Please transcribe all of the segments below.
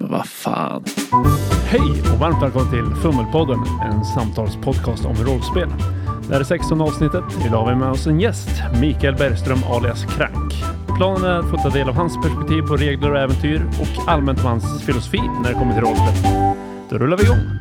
Vad fan. Hej och varmt välkommen till Fummelpodden, en samtalspodcast om rollspel. Det här är 16 avsnittet. Idag har vi med oss en gäst, Mikael Bergström alias Krank. Planen är att få ta del av hans perspektiv på regler och äventyr och allmänt om hans filosofi när det kommer till rollspel. Då rullar vi igång.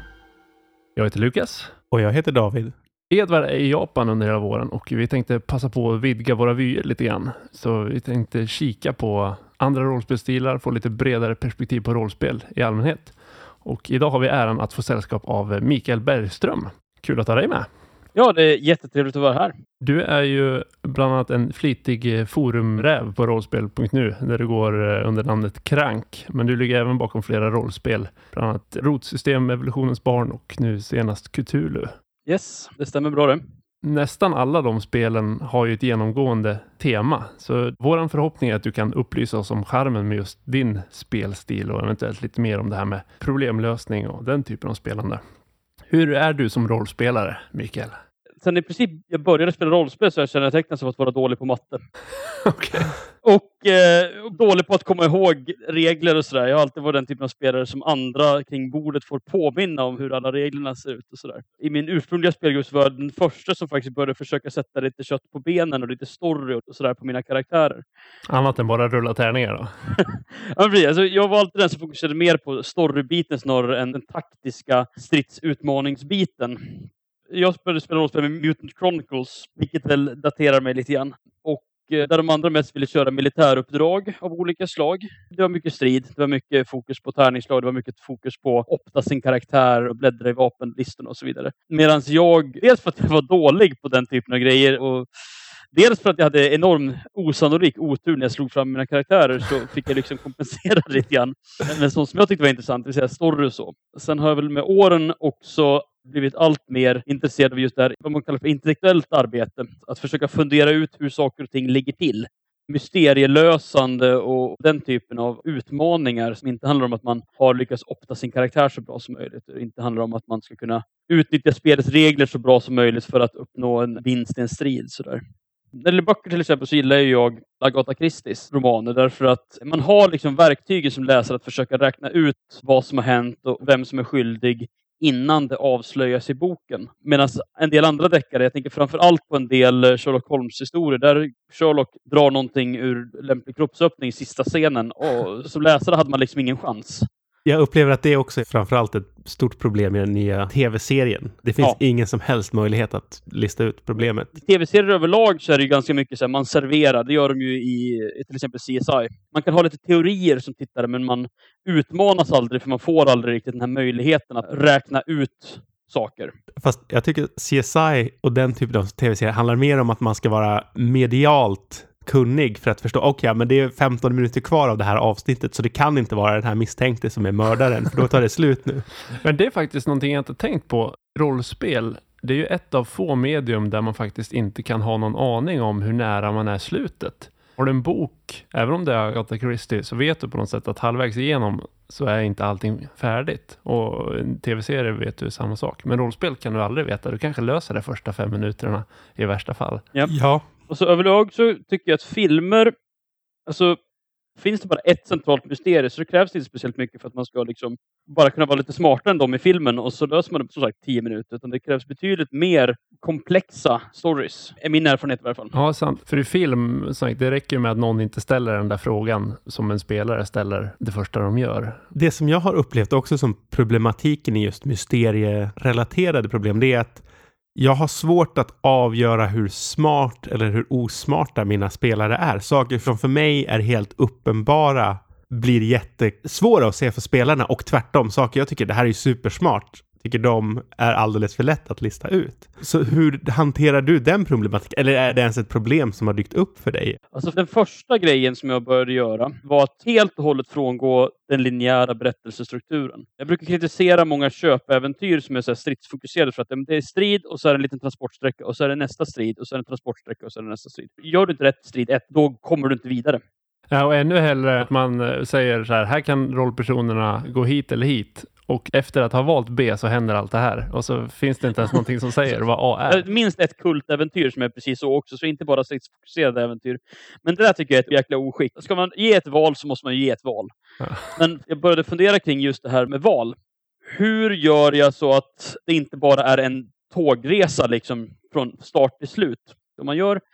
Jag heter Lukas. Och jag heter David. Edvard är i Japan under hela våren och vi tänkte passa på att vidga våra vyer lite grann. Så vi tänkte kika på andra rollspelstilar, få lite bredare perspektiv på rollspel i allmänhet. Och idag har vi äran att få sällskap av Mikael Bergström. Kul att ha dig med. Ja, det är jättetrevligt att vara här. Du är ju bland annat en flitig forumräv på rollspel.nu där du går under namnet Krank. Men du ligger även bakom flera rollspel, bland annat Rotsystem, Evolutionens barn och nu senast Cthulhu. Yes, det stämmer bra det. Nästan alla de spelen har ju ett genomgående tema. Så våran förhoppning är att du kan upplysa oss om charmen med just din spelstil och eventuellt lite mer om det här med problemlösning och den typen av spelande. Hur är du som rollspelare, Mikael? Sen i princip jag började spela rollspel så jag känner tecknen som att vara dålig på matte. Okej. Och dålig på att komma ihåg regler och sådär. Jag har alltid varit den typen av spelare som andra kring bordet får påminna om hur alla reglerna ser ut och sådär. I min ursprungliga spelgrupp var jag den första som faktiskt började försöka sätta lite kött på benen och lite story och sådär på mina karaktärer. Annat än bara rulla tärningar då? Ja, precis. Alltså, jag var alltid den som fokuserade mer på storybiten snarare än den taktiska stridsutmaningsbiten. Jag började spela rollspel med Mutant Chronicles, vilket väl daterar mig lite grann. Och där de andra mest ville köra militäruppdrag av olika slag. Det var mycket strid, det var mycket fokus på tärningsslag, det var mycket fokus på att opta sin karaktär och bläddra i vapenlistorna och så vidare. Medan jag, dels för att jag var dålig på den typen av grejer och dels för att jag hade enorm osannolik otur när jag slog fram mina karaktärer så fick jag liksom kompensera lite grann. Men sånt som jag tyckte var intressant, det vill säga story och så. Sen har jag väl med åren också blivit allt mer intresserad av just det här, vad man kallar för intellektuellt arbete. Att försöka fundera ut hur saker och ting ligger till. Mysterielösande och den typen av utmaningar som inte handlar om att man har lyckats opta sin karaktär så bra som möjligt. Det inte handlar om att man ska kunna utnyttja spelets regler så bra som möjligt för att uppnå en vinst i en strid. Sådär. När det gäller böcker till exempel så gillar jag Agatha Christies romaner därför att man har liksom verktygen som läsare att försöka räkna ut vad som har hänt och vem som är skyldig innan det avslöjas i boken. Medan en del andra deckare, jag tänker framförallt på en del Sherlock Holmes-historier där Sherlock drar någonting ur lämplig kroppsöppning i sista scenen och som läsare hade man liksom ingen chans. Jag upplever att det också är framförallt ett stort problem i den nya tv-serien. Det finns ingen som helst möjlighet att lista ut problemet. I tv-serier överlag så är det ju ganska mycket så här, man serverar. Det gör de ju i till exempel CSI. Man kan ha lite teorier som tittare men man utmanas aldrig för man får aldrig riktigt den här möjligheten att räkna ut saker. Fast jag tycker CSI och den typen av tv-serier handlar mer om att man ska vara medialt kunnig för att förstå, men det är 15 minuter kvar av det här avsnittet så det kan inte vara den här misstänkte som är mördaren för då tar det slut nu. Men det är faktiskt någonting jag inte tänkt på. Rollspel, det är ju ett av få medium där man faktiskt inte kan ha någon aning om hur nära man är slutet. Har du en bok, även om det är Agatha Christie, så vet du på något sätt att halvvägs igenom så är inte allting färdigt. Och en tv-serie vet du samma sak. Men rollspel kan du aldrig veta. Du kanske löser det första 5 minuterna i värsta fall. Ja. Och så överlag så tycker jag att filmer, alltså finns det bara ett centralt mysterium så det krävs inte speciellt mycket för att man ska liksom bara kunna vara lite smartare än dem i filmen och så löser man det på som sagt 10 minuter. Utan det krävs betydligt mer komplexa stories, är min erfarenhet i alla fall. Ja, sant. För i film, det räcker med att någon inte ställer den där frågan som en spelare ställer det första de gör. Det som jag har upplevt också som problematiken i just mysterierelaterade problem, det är att jag har svårt att avgöra hur smart eller hur osmarta mina spelare är. Saker som för mig är helt uppenbara blir jättesvåra att se för spelarna och tvärtom. Saker jag tycker det här är supersmart tycker de är alldeles för lätt att lista ut. Så hur hanterar du den problematiken? Eller är det ens ett problem som har dykt upp för dig? Alltså den första grejen som jag började göra var att helt och hållet frångå den linjära berättelsestrukturen. Jag brukar kritisera många köpäventyr som är så här stridsfokuserade för att det är strid och så är det en liten transportsträcka och så är det nästa strid och så är det en transportsträcka och så är det nästa strid. Gör du inte rätt strid då kommer du inte vidare. Ja, och ännu hellre att man säger så här kan rollpersonerna gå hit eller hit. Och efter att ha valt B så händer allt det här. Och så finns det inte ens någonting som säger vad A är. Minst ett kultäventyr som är precis så också. Så inte bara stridsfokuserade äventyr. Men det där tycker jag är ett jäkla oskick. Ska man ge ett val så måste man ge ett val. Ja. Men jag började fundera kring just det här med val. Hur gör jag så att det inte bara är en tågresa liksom från start till slut? Om man gör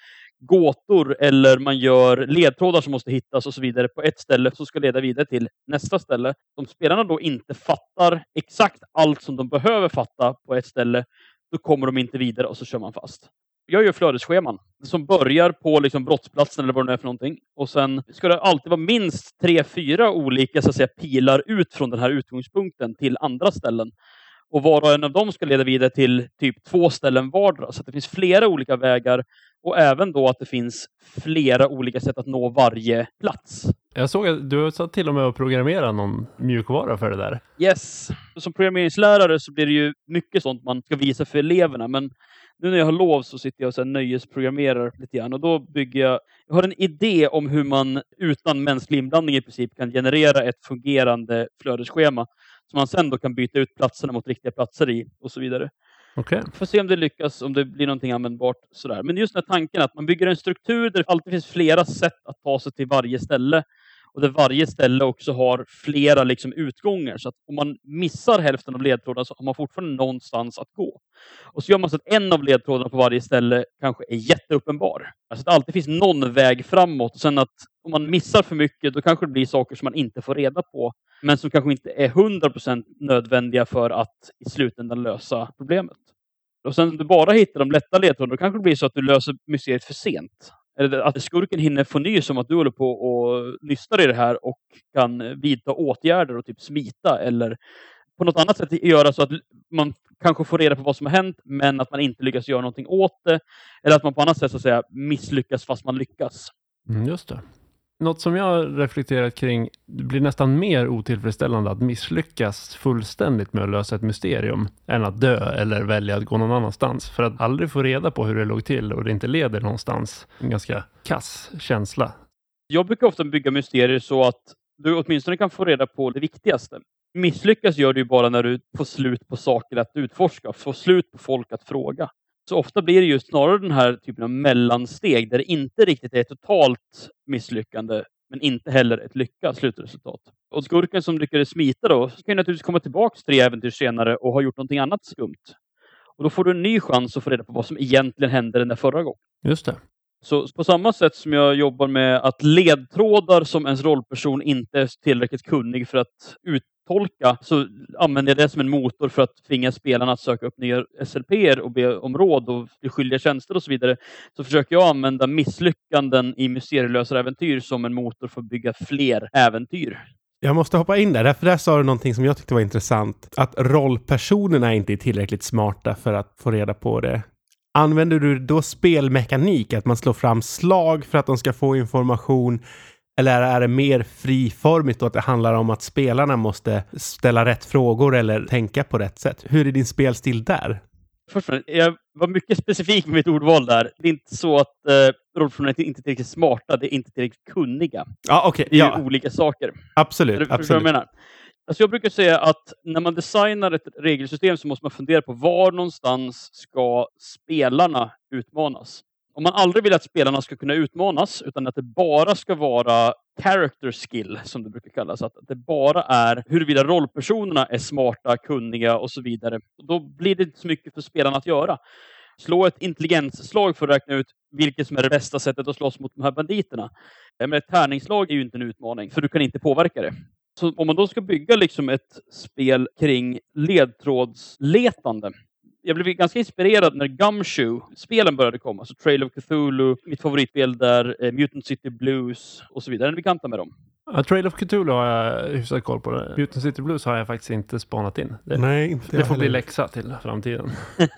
gåtor eller man gör ledtrådar som måste hittas och så vidare på ett ställe som ska leda vidare till nästa ställe. Om spelarna då inte fattar exakt allt som de behöver fatta på ett ställe, då kommer de inte vidare och så kör man fast. Jag gör flödesscheman som börjar på liksom brottsplatsen eller vad det är för någonting. Och sen ska det alltid vara minst 3-4 olika så att säga, pilar ut från den här utgångspunkten till andra ställen. Och var och en av dem ska leda vidare till typ 2 ställen vardera. Så att det finns flera olika vägar. Och även då att det finns flera olika sätt att nå varje plats. Jag såg att du satt till och med att programmera någon mjukvara för det där. Yes. Som programmeringslärare så blir det ju mycket sånt man ska visa för eleverna. Men nu när jag har lov så sitter jag och så här nöjesprogrammerar lite grann. Och då bygger jag har en idé om hur man utan mänsklig inblandning i princip kan generera ett fungerande flödesschema. Som man sen då kan byta ut platserna mot riktiga platser i och så vidare. Okej. Får se om det lyckas, om det blir någonting användbart sådär. Men just den här tanken att man bygger en struktur där det alltid finns flera sätt att ta sig till varje ställe. Och där varje ställe också har flera liksom utgångar. Så att om man missar hälften av ledtrådarna så har man fortfarande någonstans att gå. Och så gör man så att en av ledtrådarna på varje ställe kanske är jätteuppenbar. Alltså att det alltid finns någon väg framåt. Och sen att om man missar för mycket då kanske det blir saker som man inte får reda på. Men som kanske inte är 100% nödvändiga för att i slutändan lösa problemet. Och sen om du bara hittar de lätta ledtrådarna då kanske det blir så att du löser mysteriet för sent. Eller att skurken hinner få ny som att du håller på och nystar i det här och kan vidta åtgärder och typ smita eller på något annat sätt göra så att man kanske får reda på vad som har hänt men att man inte lyckas göra någonting åt det. Eller att man på annat sätt så att säga misslyckas fast man lyckas. Just det. Något som jag har reflekterat kring, det blir nästan mer otillfredsställande att misslyckas fullständigt med att lösa ett mysterium än att dö eller välja att gå någon annanstans. För att aldrig få reda på hur det låg till och det inte leder någonstans. En ganska kass känsla. Jag brukar ofta bygga mysterier så att du åtminstone kan få reda på det viktigaste. Misslyckas gör du ju bara när du får slut på saker att utforska, får slut på folk att fråga. Så ofta blir det just snarare den här typen av mellansteg där det inte riktigt är ett totalt misslyckande men inte heller ett lyckat slutresultat. Och skurken som lyckades smita då ska ju naturligtvis komma tillbaka 3 äventyr senare och ha gjort någonting annat skumt. Och då får du en ny chans att få reda på vad som egentligen hände den där förra gången. Just det. Så på samma sätt som jag jobbar med att ledtrådar som ens rollperson inte är tillräckligt kunnig för att uttolka så använder jag det som en motor för att tvinga spelarna att söka upp nya SLP:er och be om råd och bli skyldiga tjänster och så vidare. Så försöker jag använda misslyckanden i mysterielösaräventyr som en motor för att bygga fler äventyr. Jag måste hoppa in där, för där sa du någonting som jag tyckte var intressant. Att rollpersonerna inte är tillräckligt smarta för att få reda på det. Använder du då spelmekanik, att man slår fram slag för att de ska få information? Eller är det mer friformigt då att det handlar om att spelarna måste ställa rätt frågor eller tänka på rätt sätt? Hur är din spelstil där? Först, jag var mycket specifik med mitt ordval där. Det är inte så att rollpersonerna är inte tillräckligt smarta, det är inte tillräckligt kunniga. Ja, okej. Det är ju olika saker. Absolut. Vad jag menar? Alltså jag brukar säga att när man designar ett regelsystem så måste man fundera på var någonstans ska spelarna utmanas. Om man aldrig vill att spelarna ska kunna utmanas utan att det bara ska vara character skill som det brukar kallas. Att det bara är huruvida rollpersonerna är smarta, kunniga och så vidare. Då blir det inte så mycket för spelarna att göra. Slå ett intelligensslag för att räkna ut vilket som är det bästa sättet att slåss mot de här banditerna. Men ett tärningsslag är ju inte en utmaning för du kan inte påverka det. Så om man då ska bygga liksom ett spel kring ledtrådsletande. Jag blev ganska inspirerad när Gumshoe-spelen började komma. Så Trail of Cthulhu, mitt favoritspel där, Mutant City Blues och så vidare. Är ni bekanta med dem? Ja, Trail of Cthulhu har jag hyfsat koll på. Det. Mutant City Blues har jag faktiskt inte spanat in. Nej, inte det får bli läxa till framtiden.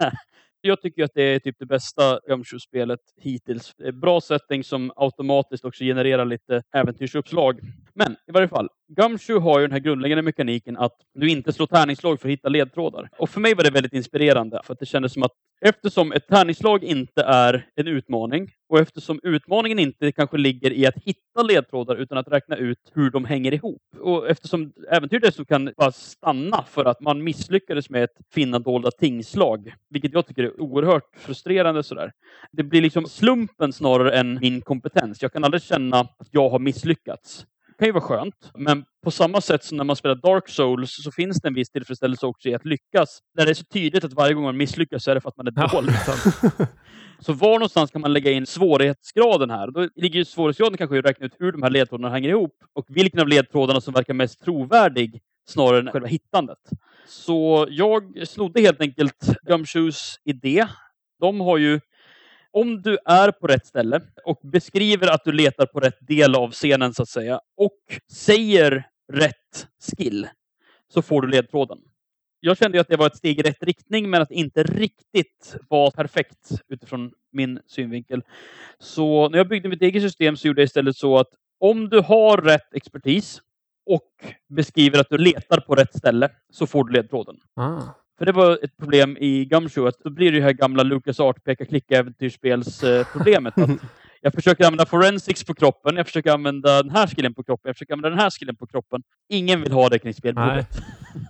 Jag tycker att det är typ det bästa Gumshoe-spelet hittills. Bra setting som automatiskt också genererar lite äventyrsuppslag. Men i varje fall, Gumshoe har ju den här grundläggande mekaniken att du inte slår tärningsslag för att hitta ledtrådar. Och för mig var det väldigt inspirerande, för att det kändes som att eftersom ett tärningsslag inte är en utmaning och eftersom utmaningen inte kanske ligger i att hitta ledtrådar utan att räkna ut hur de hänger ihop. Och eftersom äventyret så kan bara stanna för att man misslyckades med ett finna dolda tingslag, vilket jag tycker är oerhört frustrerande sådär. Det blir liksom slumpen snarare än min kompetens. Jag kan aldrig känna att jag har misslyckats. Det kan ju vara skönt, men på samma sätt som när man spelar Dark Souls så finns det en viss tillfredsställelse också i att lyckas. Där det är så tydligt att varje gång man misslyckas så är det för att man är dålig. Så var någonstans kan man lägga in svårighetsgraden här? Då ligger ju svårighetsgraden kanske att räkna ut hur de här ledtrådarna hänger ihop och vilken av ledtrådarna som verkar mest trovärdig snarare än själva hittandet. Så jag snodde helt enkelt Gumshoes idé. De har ju, om du är på rätt ställe och beskriver att du letar på rätt del av scenen så att säga och säger rätt skill så får du ledtråden. Jag kände ju att det var ett steg i rätt riktning men att det inte riktigt var perfekt utifrån min synvinkel. Så när jag byggde mitt eget system så gjorde jag istället så att om du har rätt expertis och beskriver att du letar på rätt ställe så får du ledtråden. För det var ett problem i Gumshoe att då blir det ju här gamla LucasArts peka-klicka-äventyrsspelsproblemet. Jag försöker använda forensics på kroppen, jag försöker använda den här skillen på kroppen, jag försöker använda den här skillen på kroppen. Ingen vill ha det kring spelbordet.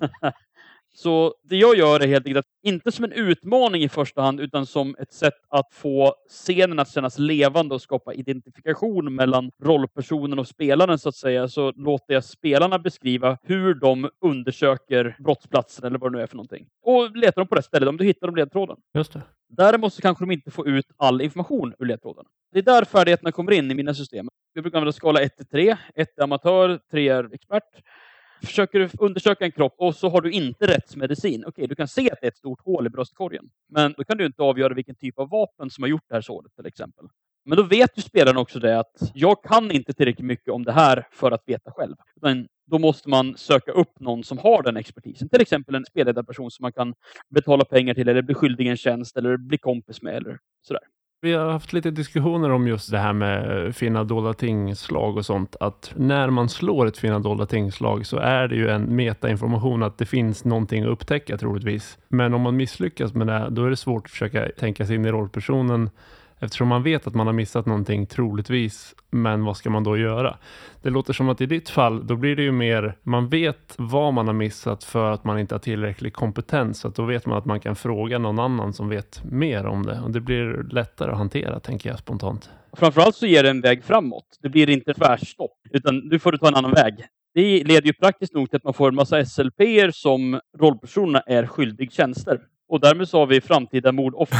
Så det jag gör är helt enkelt att, inte som en utmaning i första hand, utan som ett sätt att få scenen att kännas levande och skapa identifikation mellan rollpersonen och spelaren så att säga. Så låter jag spelarna beskriva hur de undersöker brottsplatsen eller vad det nu är för någonting. Och letar de på rätt ställe, om du hittar de ledtråden. Just det. Däremot så kanske de inte får ut all information ur ledtråden. Det är där färdigheterna kommer in i mina system. Jag brukar använda skala 1-3. 1 är amatör, 3 är expert. Försöker du undersöka en kropp och så har du inte rätt medicin. Okej, du kan se att det är ett stort hål i bröstkorgen. Men då kan du inte avgöra vilken typ av vapen som har gjort det här såret till exempel. Men då vet ju spelaren också det att jag kan inte tillräckligt mycket om det här för att veta själv. Utan då måste man söka upp någon som har den expertisen. Till exempel en spelledarperson som man kan betala pengar till eller bli skyldig en tjänst eller bli kompis med eller sådär. Vi har haft lite diskussioner om just det här med finna dolda tingslag och sånt. Att när man slår ett finna dolda tingslag så är det ju en metainformation att det finns någonting att upptäcka troligtvis. Men om man misslyckas med det, då är det svårt att försöka tänka sig in i rollpersonen. Eftersom man vet att man har missat någonting troligtvis, men vad ska man då göra? Det låter som att i ditt fall, då blir det ju mer, man vet vad man har missat för att man inte har tillräcklig kompetens. Så att då vet man att man kan fråga någon annan som vet mer om det. Och det blir lättare att hantera, tänker jag spontant. Framförallt så ger det en väg framåt. Det blir inte tvärstopp, utan nu får du ta en annan väg. Det leder ju praktiskt nog till att man får en massa SLP:er som rollpersonerna är skyldig tjänster. Och därmed så har vi framtida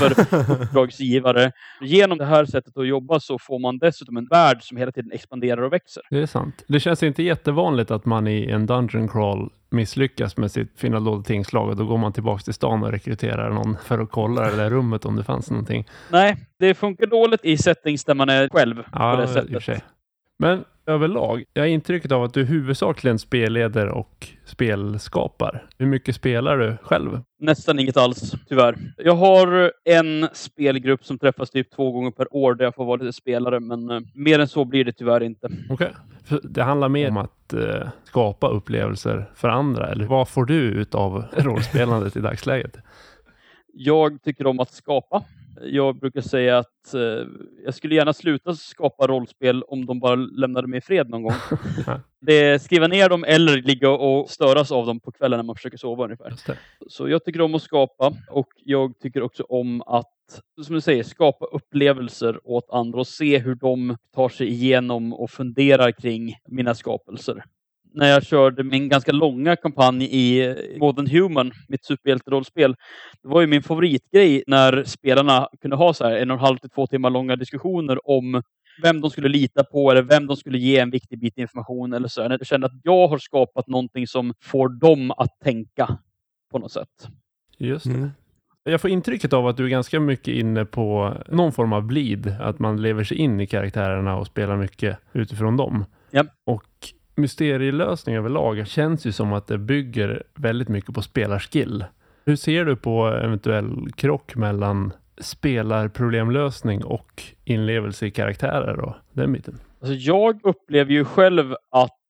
mordoffer-uppdragsgivare. Genom det här sättet att jobba så får man dessutom en värld som hela tiden expanderar och växer. Det är sant. Det känns inte jättevanligt att man i en dungeon crawl misslyckas med sitt finna dolda tingslag och då går man tillbaka till stan och rekryterar någon för att kolla det där rummet om det fanns någonting. Nej, det funkar dåligt i settings där man är själv på det sättet. I och för sig. Men överlag, jag har intrycket av att du huvudsakligen spelleder och spelskapar. Hur mycket spelar du själv? Nästan inget alls, tyvärr. Jag har en spelgrupp som träffas typ 2 gånger per år där jag får vara lite spelare, men mer än så blir det tyvärr inte. Okej. För det handlar mer om att skapa upplevelser för andra, eller vad får du ut av rollspelandet i dagsläget? Jag tycker om att skapa. Jag brukar säga att jag skulle gärna sluta skapa rollspel om de bara lämnade mig i fred någon gång. Det är skriva ner dem eller ligga och störas av dem på kvällen när man försöker sova ungefär. Så jag tycker om att skapa och jag tycker också om att, som du säger, skapa upplevelser åt andra och se hur de tar sig igenom och funderar kring mina skapelser. När jag körde min ganska långa kampanj i Modern Human, mitt superhjälterollspel, det var ju min favoritgrej när spelarna kunde ha så här 1,5 till 2 timmar långa diskussioner om vem de skulle lita på eller vem de skulle ge en viktig bit information eller så. När jag kände att jag har skapat någonting som får dem att tänka på något sätt. Just det. Jag får intrycket av att du är ganska mycket inne på någon form av bleed, att man lever sig in i karaktärerna och spelar mycket utifrån dem. Ja. Och mysterielösning överlag känns ju som att det bygger väldigt mycket på spelarskill. Hur ser du på eventuell krock mellan spelarproblemlösning och inlevelse i karaktärer och den biten? Alltså jag upplever ju själv att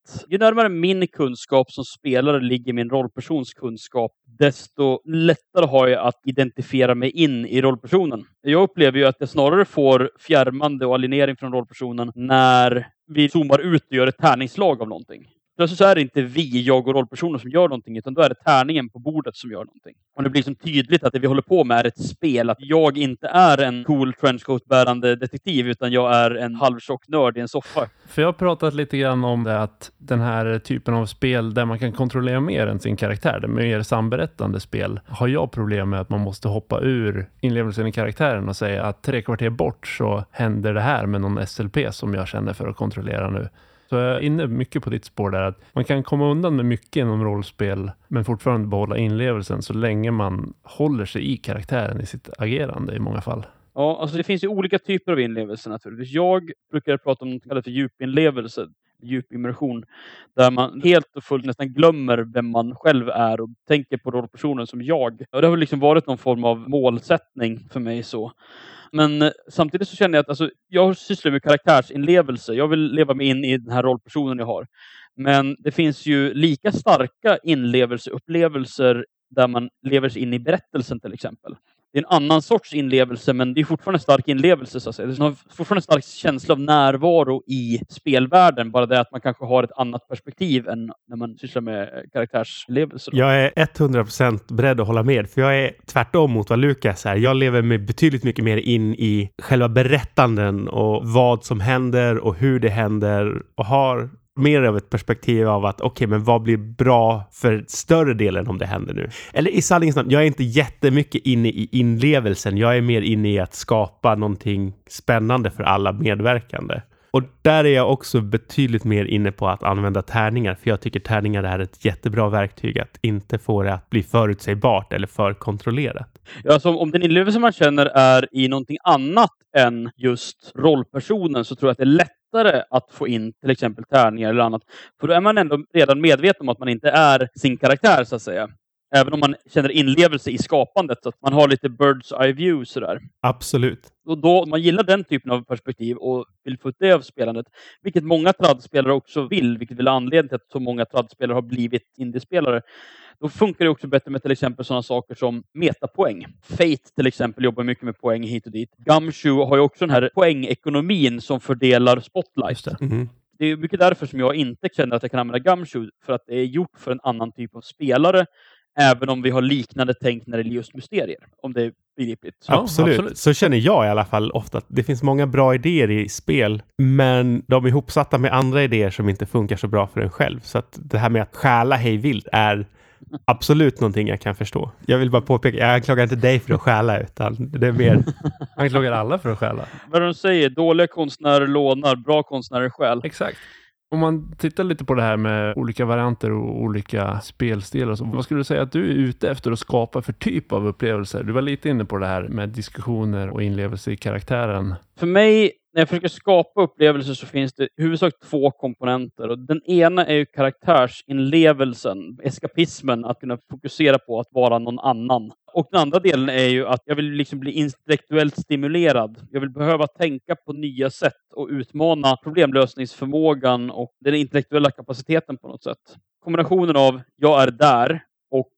ju närmare min kunskap som spelare ligger min rollpersons kunskap, desto lättare har jag att identifiera mig in i rollpersonen. Jag upplever ju att jag snarare får fjärmande och alienering från rollpersonen när vi zoomar ut och gör ett tärningslag av någonting. Plötsligt så är det inte jag och rollpersonen som gör någonting, utan då är det tärningen på bordet som gör någonting. Och det blir som tydligt att det vi håller på med är ett spel. Att jag inte är en cool trenchcoat-bärande detektiv, utan jag är en halvtjock nörd i en soffa. För jag har pratat lite grann om det, att den här typen av spel där man kan kontrollera mer än sin karaktär, det mer samberättande spel, har jag problem med att man måste hoppa ur inlevelsen i karaktären och säga att 3 kvarter bort så händer det här med någon SLP som jag känner för att kontrollera nu. Så jag är inne mycket på ditt spår där, att man kan komma undan med mycket inom rollspel men fortfarande behålla inlevelsen så länge man håller sig i karaktären i sitt agerande i många fall. Ja, alltså det finns ju olika typer av inlevelse naturligtvis. Jag brukar prata om något kallat för djupinlevelse, djupimmersion, där man helt och fullt nästan glömmer vem man själv är och tänker på rollpersonen som jag. Och det har liksom varit någon form av målsättning för mig så. Men samtidigt så känner jag att alltså, jag sysslar med karaktärsinlevelse. Jag vill leva mig in i den här rollpersonen jag har. Men det finns ju lika starka inlevelseupplevelser där man lever sig in i berättelsen till exempel. Det är en annan sorts inlevelse, men det är fortfarande en stark inlevelse så att säga. Det är fortfarande en stark känsla av närvaro i spelvärlden, bara det att man kanske har ett annat perspektiv än när man sysslar med karaktärsinlevelser. Jag är 100% beredd att hålla med, för jag är tvärtom mot vad Lukas är. Jag lever mig betydligt mycket mer in i själva berättanden och vad som händer och hur det händer och har mer av ett perspektiv av att okej, men vad blir bra för större delen om det händer nu? Eller i sanningens namn, jag är inte jättemycket inne i inlevelsen. Jag är mer inne i att skapa någonting spännande för alla medverkande. Och där är jag också betydligt mer inne på att använda tärningar, för jag tycker tärningar är ett jättebra verktyg att inte få det att bli förutsägbart eller för kontrollerat. Ja, så om den inlevelse man känner är i någonting annat än just rollpersonen, så tror jag att det är lättare att få in till exempel tärningar eller annat. För då är man ändå redan medveten om att man inte är sin karaktär så att säga. Även om man känner inlevelse i skapandet, så att man har lite bird's eye view sådär. Absolut. Och då, om man gillar den typen av perspektiv och vill få ut det av spelandet, vilket många tradspelare också vill, vilket väl är anledningen till att så många tradspelare har blivit indiespelare, då funkar det också bättre med till exempel sådana saker som metapoäng. Fate till exempel jobbar mycket med poäng hit och dit. Gumshoe har ju också den här poängekonomin som fördelar spotlight. Det är mycket därför som jag inte känner att jag kan använda Gumshoe, för att det är gjort för en annan typ av spelare. Även om vi har liknande tänk när det gäller just mysterier. Om det är begripligt. Ja, absolut. Så känner jag i alla fall ofta att det finns många bra idéer i spel. Men de är ihopsatta med andra idéer som inte funkar så bra för en själv. Så att det här med att stjäla hej vilt är absolut någonting jag kan förstå. Jag vill bara påpeka, jag anklagar inte dig för att stjäla, utan det är mer... Jag anklagar alla för att stjäla. Vad de säger, dåliga konstnärer lånar, bra konstnärer stjäl. Exakt. Om man tittar lite på det här med olika varianter och olika spelstilar, så vad skulle du säga att du är ute efter att skapa för typ av upplevelser? Du var lite inne på det här med diskussioner och inlevelse i karaktären. För mig, när jag försöker skapa upplevelser, så finns det huvudsakligen 2 komponenter. Och den ena är ju karaktärsinlevelsen, eskapismen, att kunna fokusera på att vara någon annan. Och den andra delen är ju att jag vill liksom bli intellektuellt stimulerad. Jag vill behöva tänka på nya sätt och utmana problemlösningsförmågan och den intellektuella kapaciteten på något sätt. Kombinationen av jag är där och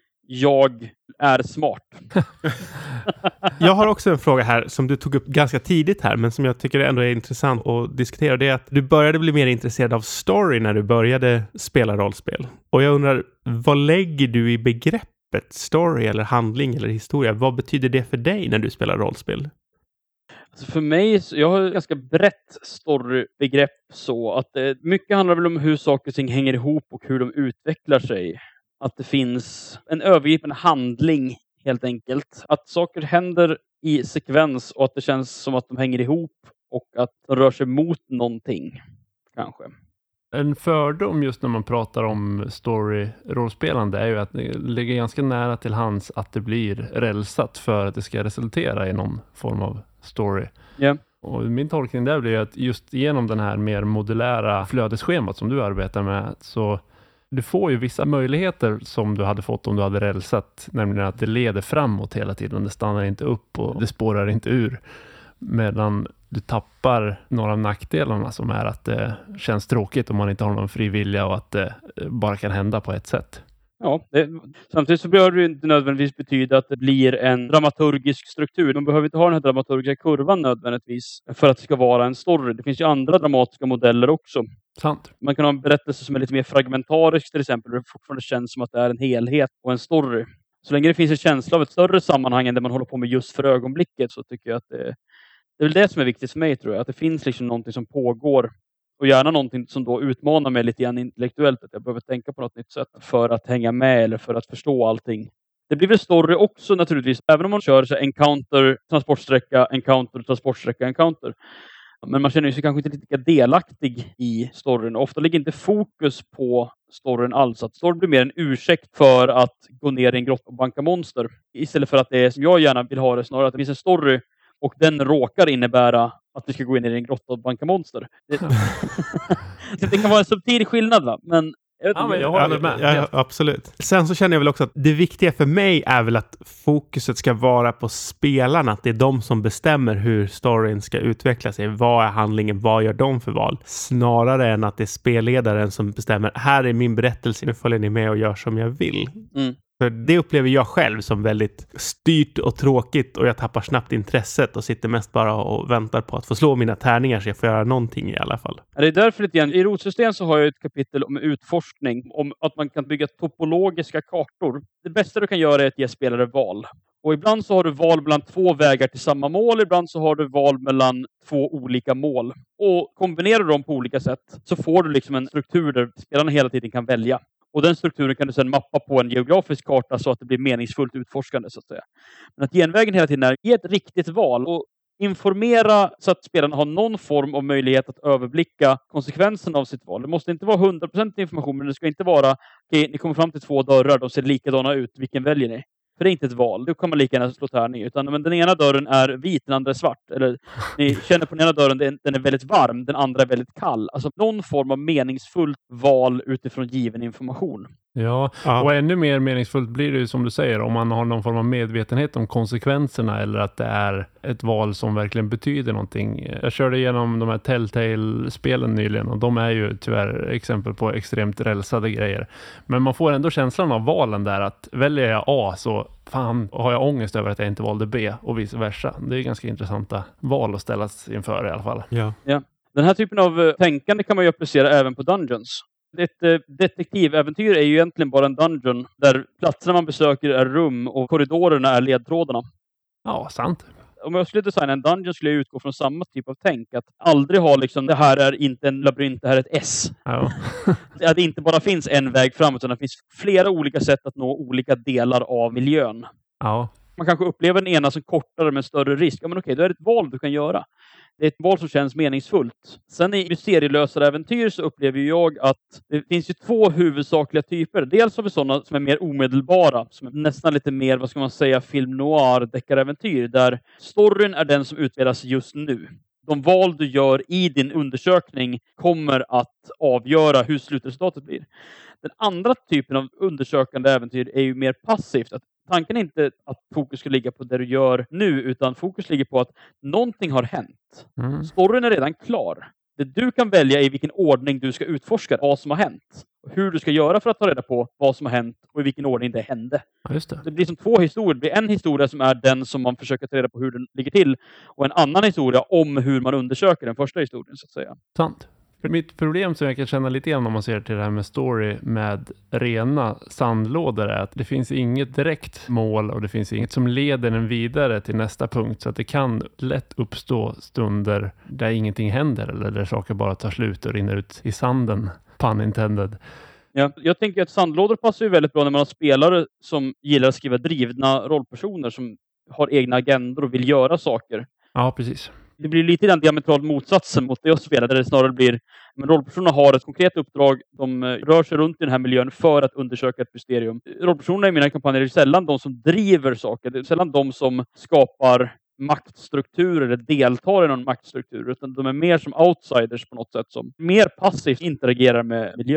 jag är smart. Jag har också en fråga här som du tog upp ganska tidigt här, men som jag tycker ändå är intressant att diskutera. Det är att du började bli mer intresserad av story när du började spela rollspel. Och jag undrar, vad lägger du i begreppet story eller handling eller historia? Vad betyder det för dig när du spelar rollspel? Alltså för mig, jag har ett ganska brett storybegrepp, så att mycket handlar väl om hur saker och ting hänger ihop och hur de utvecklar sig. Att det finns en övergripande handling helt enkelt. Att saker händer i sekvens och att det känns som att de hänger ihop och att de rör sig mot någonting kanske. En fördom just när man pratar om story-rollspelande är ju att det ligger ganska nära till hands att det blir rälsat för att det ska resultera i någon form av story. Yeah. Och min tolkning där blir att just genom den här mer modulära flödesschemat som du arbetar med, så du får ju vissa möjligheter som du hade fått om du hade rälsat, nämligen att det leder framåt hela tiden, det stannar inte upp och det spårar inte ur. Medan du tappar några av nackdelarna som är att det känns tråkigt om man inte har någon fri vilja och att det bara kan hända på ett sätt. Ja, samtidigt så behöver det inte nödvändigtvis betyda att det blir en dramaturgisk struktur. De behöver inte ha den här dramaturgiska kurvan nödvändigtvis för att det ska vara en story. Det finns ju andra dramatiska modeller också. Sant. Man kan ha en berättelse som är lite mer fragmentarisk till exempel, där det fortfarande känns som att det är en helhet och en story. Så länge det finns en känsla av ett större sammanhang än det man håller på med just för ögonblicket, så tycker jag att det är väl det som är viktigt för mig, tror jag. Att det finns liksom någonting som pågår. Och gärna någonting som då utmanar mig lite grann intellektuellt. Att jag behöver tänka på något nytt sätt för att hänga med eller för att förstå allting. Det blir väl story också naturligtvis. Även om man kör så encounter, transportsträcka, encounter, transportsträcka, encounter. Men man känner sig kanske inte lika delaktig i storyn. Ofta ligger inte fokus på storyn alls. Att storyn blir mer en ursäkt för att gå ner i en grotta och banka monster. Istället för att det är som jag gärna vill ha det, snarare att det finns en story och den råkar innebära att vi ska gå in i en grotta och banka monster. Det kan vara en subtil skillnad, va? Men jag håller med. Ja, absolut. Sen så känner jag väl också att det viktiga för mig är väl att fokuset ska vara på spelarna. Att det är de som bestämmer hur storyn ska utveckla sig. Vad är handlingen? Vad gör de för val? Snarare än att det är spelledaren som bestämmer. Här är min berättelse. Nu följer ni med och gör som jag vill. Mm. För det upplever jag själv som väldigt styrt och tråkigt, och jag tappar snabbt intresset och sitter mest bara och väntar på att få slå mina tärningar så jag får göra någonting i alla fall. Det är därför lite grann, i rotsystem så har jag ett kapitel om utforskning, om att man kan bygga topologiska kartor. Det bästa du kan göra är att ge spelare val. Och ibland så har du val mellan 2 vägar till samma mål, ibland så har du val mellan 2 olika mål. Och kombinerar du dem på olika sätt så får du liksom en struktur där spelarna hela tiden kan välja. Och den strukturen kan du sedan mappa på en geografisk karta så att det blir meningsfullt utforskande, så att säga. Men att genvägen hela tiden är ge ett riktigt val och informera så att spelarna har någon form av möjlighet att överblicka konsekvenserna av sitt val. Det måste inte vara 100% information, men det ska inte vara okej, ni kommer fram till 2 dörrar, de ser likadana ut, vilken väljer ni? För det är inte ett val, då kan man lika gärna slå tärning. Utan men den ena dörren är vit, den andra är svart. Eller ni känner på den ena dörren, den är väldigt varm, den andra är väldigt kall. Alltså någon form av meningsfullt val utifrån given information. Ja, och ännu mer meningsfullt blir det ju som du säger om man har någon form av medvetenhet om konsekvenserna eller att det är ett val som verkligen betyder någonting. Jag körde igenom de här Telltale-spelen nyligen och de är ju tyvärr exempel på extremt rälsade grejer. Men man får ändå känslan av valen där att väljer jag A så fan har jag ångest över att jag inte valde B och vice versa. Det är ganska intressanta val att ställas inför i alla fall. Ja. Den här typen av tänkande kan man ju applicera även på Dungeons. Ett detektiväventyr är ju egentligen bara en dungeon där platserna man besöker är rum och korridorerna är ledtrådarna. Ja, sant. Om jag skulle designa en dungeon skulle jag utgå från samma typ av tänk. Att aldrig ha liksom, det här är inte en labyrint, det här är ett S. Ja. Att det inte bara finns en väg framåt, utan det finns flera olika sätt att nå olika delar av miljön. Ja. Man kanske upplever den ena som kortare med större risk. Ja, men okej, då är det ett val du kan göra. Det är ett val som känns meningsfullt. Sen i mysterielösa äventyr så upplever jag att det finns ju 2 huvudsakliga typer. Dels har vi sådana som är mer omedelbara, som är nästan lite mer, vad ska man säga, film noir deckaräventyr, där storyn är den som utspelas just nu. De val du gör i din undersökning kommer att avgöra hur slutresultatet blir. Den andra typen av undersökande äventyr är ju mer passivt. Att tanken är inte att fokus ska ligga på det du gör nu, utan fokus ligger på att någonting har hänt. Storyn är redan klar. Det du kan välja i vilken ordning du ska utforska vad som har hänt. Och hur du ska göra för att ta reda på vad som har hänt och i vilken ordning det hände. Ja, just det. Det blir som 2 historier. Det blir en historia som är den som man försöker ta reda på hur den ligger till. Och en annan historia om hur man undersöker den första historien, så att säga. Sant. För mitt problem som jag kan känna lite grann om man ser till det här med story med rena sandlådor är att det finns inget direkt mål och det finns inget som leder den vidare till nästa punkt, så att det kan lätt uppstå stunder där ingenting händer eller där saker bara tar slut och rinner ut i sanden, pun intended. Ja, jag tänker att sandlådor passar ju väldigt bra när man har spelare som gillar att skriva drivna rollpersoner som har egna agendor och vill göra saker. Ja, precis. Det blir lite den diametralt motsatsen mot det jag spelar, där det snarare blir men rollpersonerna har ett konkret uppdrag, de rör sig runt i den här miljön för att undersöka ett mysterium. Rollpersonerna i mina kampanjer är sällan de som driver saker, det är sällan de som skapar maktstrukturer eller deltar i någon maktstruktur, utan de är mer som outsiders på något sätt, som mer passivt interagerar med miljön.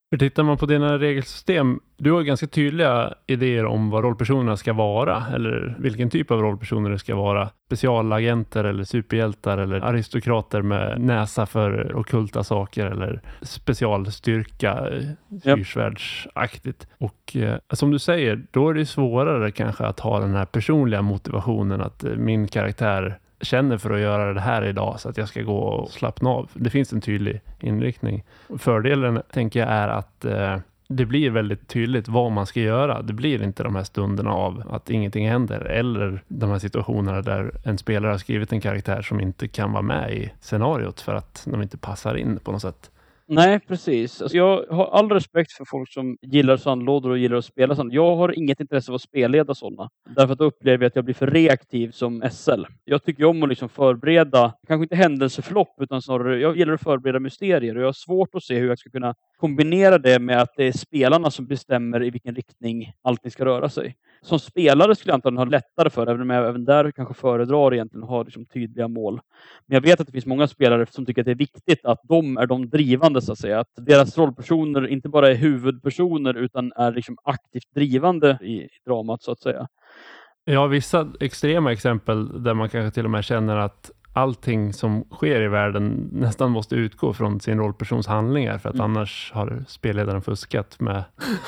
För tittar man på dina regelsystem, du har ganska tydliga idéer om vad rollpersonerna ska vara, eller vilken typ av rollpersoner det ska vara. Specialagenter eller superhjältar eller aristokrater med näsa för ockulta saker eller specialstyrka, fyrsvärdsaktigt. Och som du säger, då är det svårare kanske att ha den här personliga motivationen att min karaktär känner för att göra det här idag så att jag ska gå och slappna av. Det finns en tydlig inriktning. Fördelen tänker jag är att det blir väldigt tydligt vad man ska göra. Det blir inte de här stunderna av att ingenting händer eller de här situationerna där en spelare har skrivit en karaktär som inte kan vara med i scenariot för att de inte passar in på något sätt. Nej, precis. Alltså, jag har all respekt för folk som gillar sandlådor och gillar att spela sand. Jag har inget intresse av att spelleda sådana. Därför att då upplever jag att jag blir för reaktiv som SL. Jag tycker om att liksom förbereda, kanske inte händelseförlopp, utan snarare, jag gillar att förbereda mysterier. Och jag har svårt att se hur jag ska kunna kombinera det med att det är spelarna som bestämmer i vilken riktning allting ska röra sig. Som spelare skulle jag antagligen ha lättare för, även om jag även där kanske föredrar egentligen att ha liksom tydliga mål. Men jag vet att det finns många spelare som tycker att det är viktigt att de är de drivande, så att säga. Att deras rollpersoner inte bara är huvudpersoner utan är liksom aktivt drivande i dramat, så att säga. Jag har vissa extrema exempel där man kanske till och med känner att allting som sker i världen nästan måste utgå från sin rollpersons handlingar för att annars har spelledaren fuskat med,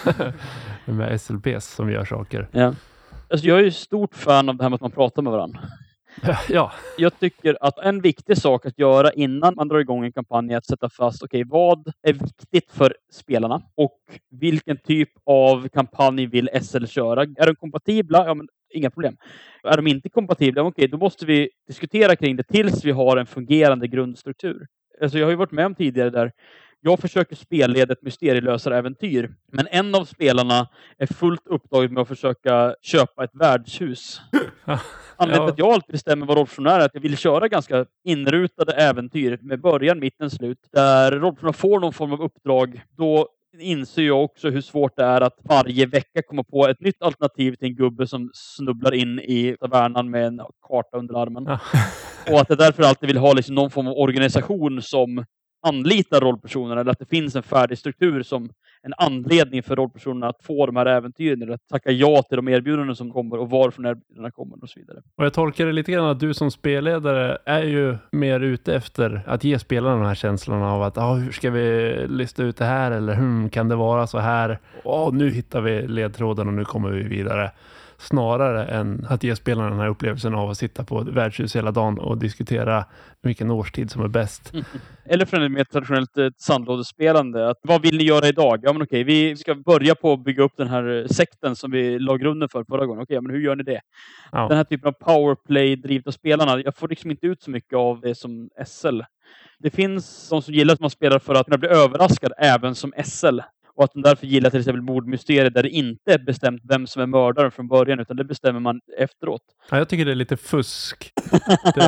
med SLPs som gör saker. Ja. Alltså jag är ju stort fan av det här med att man pratar med varandra. Ja. Jag tycker att en viktig sak att göra innan man drar igång en kampanj är att sätta fast, okej, vad är viktigt för spelarna och vilken typ av kampanj vill SL köra? Är de kompatibla? Ja, men inga problem. Är de inte kompatibla? Okej, då måste vi diskutera kring det tills vi har en fungerande grundstruktur. Alltså jag har ju varit med om tidigare där jag försöker spelleda ett mysterielösaräventyr, men en av spelarna är fullt upptaget med att försöka köpa ett värdshus. Anledningen till att jag alltid bestämmer vad rollpersonen är att jag vill köra ganska inrutade äventyr med början, mitten, slut. Där rollpersonen får någon form av uppdrag, då inser jag också hur svårt det är att varje vecka komma på ett nytt alternativ till en gubbe som snubblar in i tavernan med en karta under armen. Och att jag därför alltid vill ha liksom någon form av organisation som anlitar rollpersonerna, eller att det finns en färdig struktur som en anledning för rollpersonerna att få de här äventyren eller att tacka ja till de erbjudanden som kommer och varför erbjudandena kommer och så vidare. Och jag tolkar det lite grann att du som spelledare är ju mer ute efter att ge spelarna de här känslorna av att hur ska vi lista ut det här eller kan det vara så här? Nu hittar vi ledtråden och nu kommer vi vidare. Snarare än att ge spelarna den här upplevelsen av att sitta på ett värdshus hela dagen och diskutera vilken årstid som är bäst. Eller för en mer traditionellt sandlådespelande. Att, vad vill ni göra idag? Ja, men okej, vi ska börja på att bygga upp den här sekten som vi la grunden för förra gången. Okej, men hur gör ni det? Ja. Den här typen av powerplay-drivet av spelarna. Jag får liksom inte ut så mycket av det som SL. Det finns de som gillar att man spelar för att kunna bli överraskad även som SL. Och att de därför gillar till exempel mordmysterier där det inte är bestämt vem som är mördaren från början, utan det bestämmer man efteråt. Ja, jag tycker det är lite fusk. Det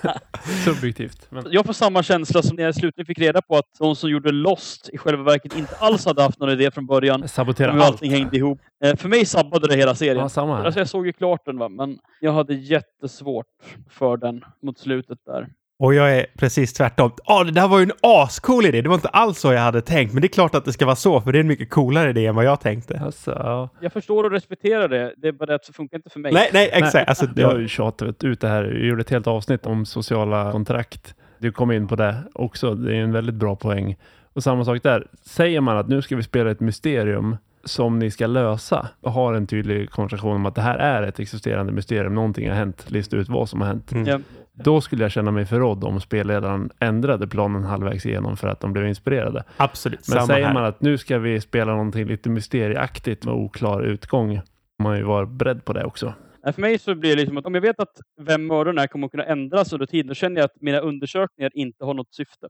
är subjektivt. Men... Jag får samma känsla som när jag slutligen fick reda på att de som gjorde Lost i själva verket inte alls hade haft någon idé från början. Sabotera allt. Allting hängde ihop. För mig sabbade det hela serien. Ja, samma här. Alltså jag såg ju klart den, men jag hade jättesvårt för den mot slutet där. Och jag är precis tvärtom. Det där var ju en ascool idé. Det var inte alls så jag hade tänkt. Men det är klart att det ska vara så. För det är en mycket coolare idé än vad jag tänkte. Alltså, ja. Jag förstår och respekterar det. Det är bara att det funkar inte för mig. Nej, exakt. Nej. Alltså, jag har ju tjatat ut det här. Jag gjorde ett helt avsnitt om sociala kontrakt. Du kom in på det också. Det är en väldigt bra poäng. Och samma sak där. Säger man att nu ska vi spela ett mysterium som ni ska lösa och har en tydlig konversation om att det här är ett existerande mysterium. Någonting har hänt. Lista ut vad som har hänt. Ja. Då skulle jag känna mig förrådd om spelledaren ändrade planen halvvägs igenom för att de blev inspirerade. Absolut. Men säger man att nu ska vi spela någonting lite mysterieaktigt med oklar utgång, man ju vara beredd på det också. För mig så blir det liksom att om jag vet att vem mördaren är kommer att kunna ändras under tiden, då känner jag att mina undersökningar inte har något syfte.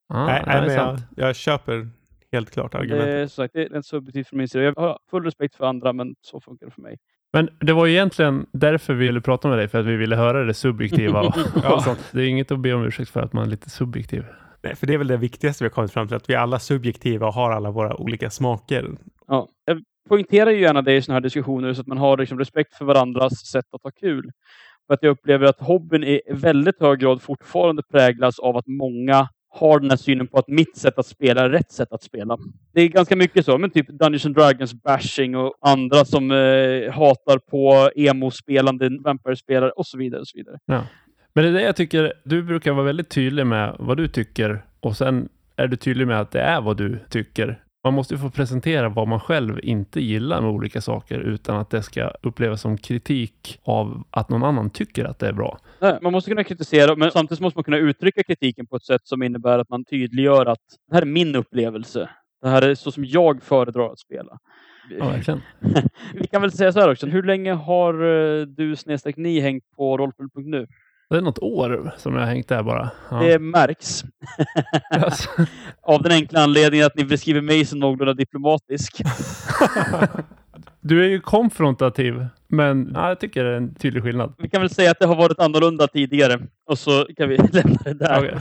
Men jag köper helt klart argumentet. Det är subjektivt från min sida. Jag har full respekt för andra, men så funkar det för mig. Men det var egentligen därför vi ville prata med dig, för att vi ville höra det subjektiva och sånt. Det är inget att be om ursäkt för att man är lite subjektiv. Nej, för det är väl det viktigaste vi har kommit fram till, att vi är alla subjektiva och har alla våra olika smaker. Ja, jag poängterar ju gärna det i sådana här diskussioner så att man har liksom respekt för varandras sätt att ha kul. För att jag upplever att hobbyn i väldigt hög grad fortfarande präglas av att många har den här synen på att mitt sätt att spela är rätt sätt att spela. Det är ganska mycket så, men typ Dungeons and Dragons bashing och andra som hatar på emo-spelande Vampire-spelare och så vidare och så vidare. Ja. Men det är det jag tycker, du brukar vara väldigt tydlig med vad du tycker och sen är du tydlig med att det är vad du tycker. Man måste ju få presentera vad man själv inte gillar med olika saker utan att det ska upplevas som kritik av att någon annan tycker att det är bra. Nej, man måste kunna kritisera, men samtidigt måste man kunna uttrycka kritiken på ett sätt som innebär att man tydliggör att det här är min upplevelse. Det här är så som jag föredrar att spela. Ja, verkligen. Vi kan väl säga så här också. Hur länge har du/ni hängt på rollspel.nu? Det är något år som jag har hängt där bara. Ja. Det märks. Yes. Av den enkla anledningen att ni beskriver mig som någorlunda diplomatisk. Du är ju konfrontativ, men jag tycker det är en tydlig skillnad. Vi kan väl säga att det har varit annorlunda tidigare. Och så kan vi lämna det där. Okay.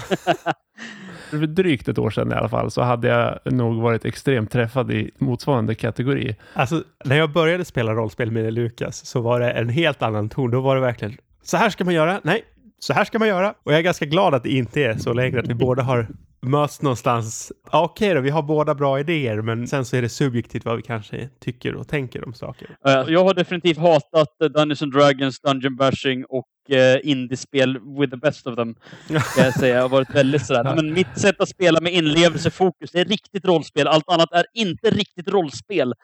För drygt ett år sedan i alla fall så hade jag nog varit extremt träffad i motsvarande kategori. Alltså, när jag började spela rollspel med Lukas så var det en helt annan ton. Då var det verkligen, så här ska man göra. Nej, så här ska man göra. Och jag är ganska glad att det inte är så längre, att vi båda har möts någonstans. Okej då, vi har båda bra idéer, men sen så är det subjektivt vad vi kanske tycker och tänker om saker. Jag har definitivt hatat Dungeons and Dragons, Dungeon Bashing och indiespel with the best of them. Kan jag säga. Jag har varit väldigt sådär. Men mitt sätt att spela med inlevelsefokus, det är riktigt rollspel. Allt annat är inte riktigt rollspel.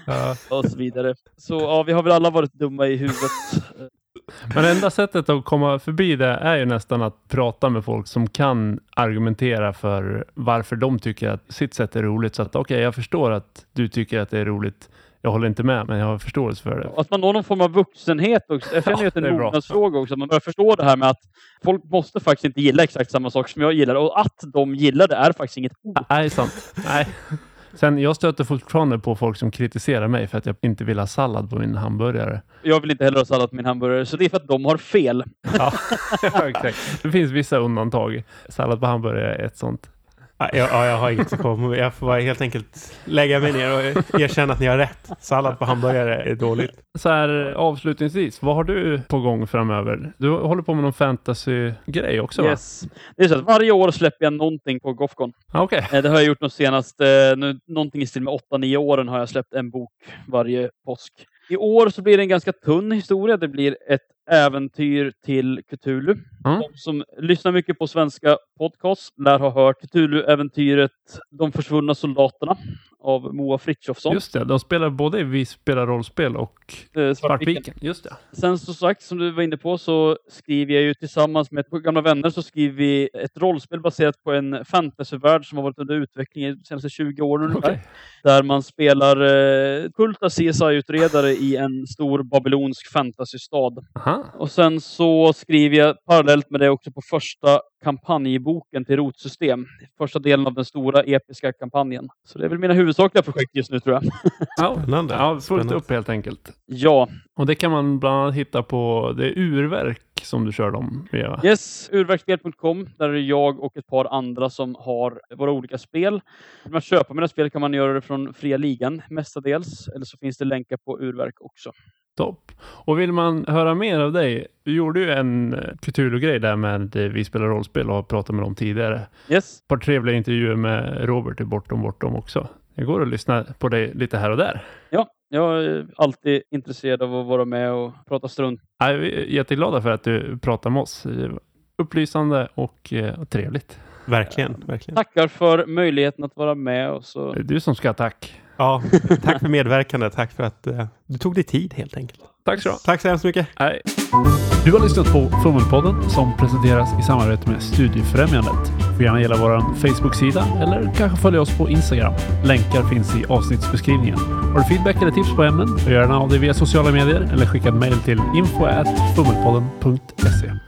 Och så vidare. Så ja, vi har väl alla varit dumma i huvudet. Men enda sättet att komma förbi det är ju nästan att prata med folk som kan argumentera för varför de tycker att sitt sätt är roligt. Så att okej, jag förstår att du tycker att det är roligt. Jag håller inte med, men jag har förståelse för det. Att man når någon form av vuxenhet också. Jag känner ju att det är en mognadsfråga också. Man börjar förstå det här med att folk måste faktiskt inte gilla exakt samma sak som jag gillar. Och att de gillar det är faktiskt inget ord. Nej, sant. Nej. Sen, jag stöter fortfarande på folk som kritiserar mig för att jag inte vill ha sallad på min hamburgare. Jag vill inte heller ha sallad på min hamburgare, så det är för att de har fel. Ja, exakt. Det finns vissa undantag. Sallad på hamburgare är ett sånt. Jag har inget att komma. Jag får bara helt enkelt lägga mig ner och erkänna att ni har rätt. Sallad på hamburgare är dåligt. Så här avslutningsvis, vad har du på gång framöver? Du håller på med någon fantasy-grej också, va? Yes. Det är så att varje år släpper jag någonting på Gothcon. Okay. Det har jag gjort senast, någonting i stil med 8-9 åren har jag släppt en bok varje påsk. I år så blir det en ganska tunn historia. Det blir ett äventyr till Cthulhu. De som lyssnar mycket på svenska podcasts lär ha hört Cthulhu-äventyret De försvunna soldaterna av Moa Frithiofsson. Just det, de spelar både Vi spelar rollspel och Svartviken. Just det. Sen så sagt, som du var inne på, så skriver jag ju tillsammans med ett par gamla vänner så skriver vi ett rollspel baserat på en fantasyvärld som har varit under utveckling i de senaste 20 åren ungefär. Okay. Där man spelar kulta CSI-utredare i en stor babylonsk fantasystad. Aha. Och sen så skriver jag parallellt med det också på första kampanjboken till rotsystem. Första delen av den stora episka kampanjen. Så det är väl mina huvudsakliga projekt just nu, tror jag. Ja, fullt upp helt enkelt. Ja. Och det kan man bland annat hitta på det urverk som du kör dem med. Yes, urverkspel.com. Där är jag och ett par andra som har våra olika spel. Om man köper mina spel kan man göra det från fria ligan mestadels. Eller så finns det länkar på urverk också. Topp. Och vill man höra mer av dig, du gjorde ju en Cthulhu-grej där med Vi spelar rollspel och har pratat med dem tidigare. Yes. Ett par trevliga intervjuer med Robert i Bortom också. Det går att lyssna på dig lite här och där. Ja, jag är alltid intresserad av att vara med och prata strunt. Jag är jätteglada för att du pratar med oss. Upplysande och trevligt. Verkligen, verkligen. Tackar för möjligheten att vara med. Och så... Det är du som ska tack. Ja, tack för medverkandet. Tack för att du tog dig tid helt enkelt. Tack så. Tack så hemskt mycket. Hej. Du har lyssnat på Fummelpodden som presenteras i samarbete med Studiefrämjandet. Får gärna gilla vår Facebook-sida eller kanske följa oss på Instagram. Länkar finns i avsnittsbeskrivningen. Har du feedback eller tips på ämnen? Gör gärna av det via sociala medier eller skicka ett mejl till info@fummelpodden.se.